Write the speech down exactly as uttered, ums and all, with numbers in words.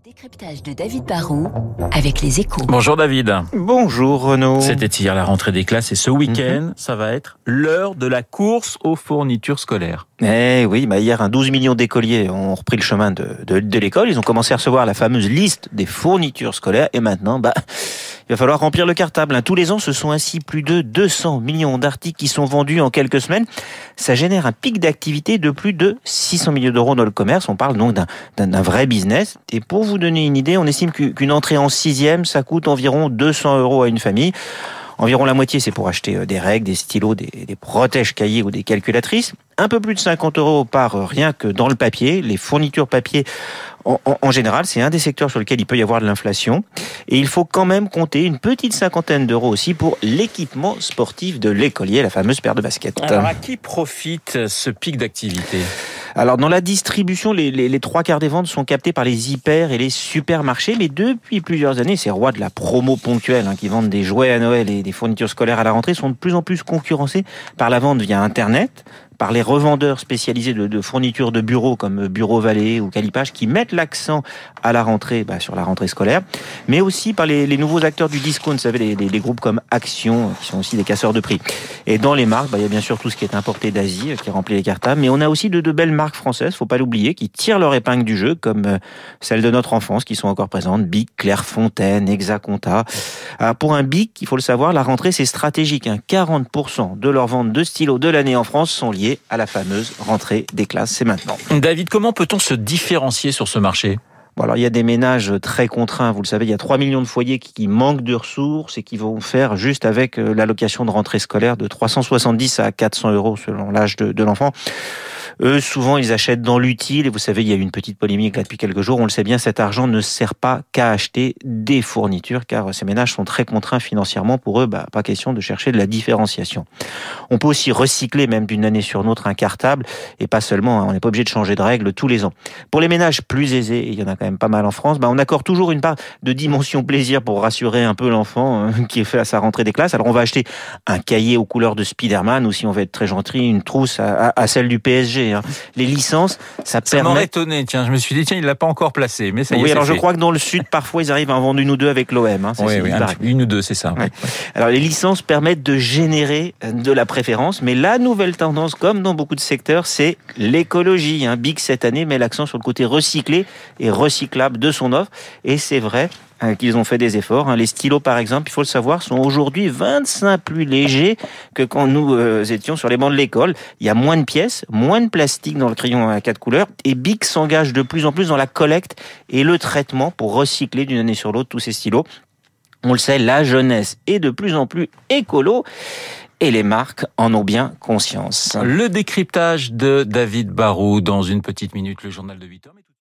Décryptage de David Barrault avec les Échos. Bonjour David. Bonjour Renaud. C'était hier la rentrée des classes et ce week-end, Mhm. ça va être l'heure de la course aux fournitures scolaires. Eh oui, bah hier, un douze millions d'écoliers ont repris le chemin de, de, de l'école. Ils ont commencé à recevoir la fameuse liste des fournitures scolaires. Et maintenant, bah, il va falloir remplir le cartable. Tous les ans, ce sont ainsi plus de deux cents millions d'articles qui sont vendus en quelques semaines. Ça génère un pic d'activité de plus de six cents millions d'euros dans le commerce. On parle donc d'un, d'un, d'un vrai business. Et pour vous donner une idée, on estime qu'une entrée en sixième, ça coûte environ deux cents euros à une famille. Environ la moitié, c'est pour acheter des règles, des stylos, des, des protèges-cahiers ou des calculatrices. Un peu plus de cinquante euros par rien que dans le papier. Les fournitures papier, en, en, en général, c'est un des secteurs sur lequel il peut y avoir de l'inflation. Et il faut quand même compter une petite cinquantaine d'euros aussi pour l'équipement sportif de l'écolier, la fameuse paire de baskets. Alors à qui profite ce pic d'activité ? Alors dans la distribution, les, les, les trois quarts des ventes sont captées par les hyper et les supermarchés, mais depuis plusieurs années, ces rois de la promo ponctuelle hein, qui vendent des jouets à Noël et des fournitures scolaires à la rentrée sont de plus en plus concurrencés par la vente via Internet, par les revendeurs spécialisés de, de fournitures de bureaux comme Bureau Vallée ou Calipage qui mettent l'accent à la rentrée, bah, sur la rentrée scolaire, mais aussi par les, les nouveaux acteurs du discount, vous savez, les, les, les groupes comme Action, qui sont aussi des casseurs de prix. Et dans les marques, bah, il y a bien sûr tout ce qui est importé d'Asie, qui remplit les cartables, mais on a aussi de, de belles marques françaises, faut pas l'oublier, qui tirent leur épingle du jeu, comme euh, celles de notre enfance, qui sont encore présentes, Bic, Clairefontaine, Exaconta. Alors pour un Bic, il faut le savoir, la rentrée c'est stratégique, hein. quarante pour cent de leurs ventes de stylos de l'année en France sont liées à la fameuse rentrée des classes, c'est maintenant. David, comment peut-on se différencier sur ce marché ? Bon, alors il y a des ménages très contraints, vous le savez, il y a trois millions de foyers qui manquent de ressources et qui vont faire juste avec l'allocation de rentrée scolaire de trois cent soixante-dix à quatre cents euros selon l'âge de, de l'enfant. Eux, souvent, ils achètent dans l'utile. Et vous savez, il y a eu une petite polémique là depuis quelques jours. On le sait bien, cet argent ne sert pas qu'à acheter des fournitures, car ces ménages sont très contraints financièrement. Pour eux, bah, pas question de chercher de la différenciation. On peut aussi recycler, même d'une année sur l'autre, un cartable. Et pas seulement, hein, on n'est pas obligé de changer de règles tous les ans. Pour les ménages plus aisés, et il y en a quand même pas mal en France, bah, on accorde toujours une part de dimension plaisir pour rassurer un peu l'enfant hein, qui est fait à sa rentrée des classes. Alors, on va acheter un cahier aux couleurs de Spider-Man, ou si on veut être très gentil, une trousse à, à, à celle du P S G. Les licences, ça, ça permet... m'aurait étonné, tiens, je me suis dit, tiens, il l'a pas encore placé, mais ça y est, oui, c'est alors fait. je crois que dans le Sud, parfois, ils arrivent à en vendre une ou deux avec l'O M. Hein, oui, oui, un, une ou deux, c'est ça. Ouais. Alors, les licences permettent de générer de la préférence, mais la nouvelle tendance, comme dans beaucoup de secteurs, c'est l'écologie. Hein. Bic, cette année, met l'accent sur le côté recyclé et recyclable de son offre, et c'est vrai qu'ils ont fait des efforts. Les stylos, par exemple, il faut le savoir, sont aujourd'hui vingt-cinq plus légers que quand nous euh, étions sur les bancs de l'école. Il y a moins de pièces, moins de plastique dans le crayon à quatre couleurs, et Bic s'engage de plus en plus dans la collecte et le traitement pour recycler d'une année sur l'autre tous ces stylos. On le sait, la jeunesse est de plus en plus écolo, et les marques en ont bien conscience. Le décryptage de David Barrault dans une petite minute, le journal de huit heures.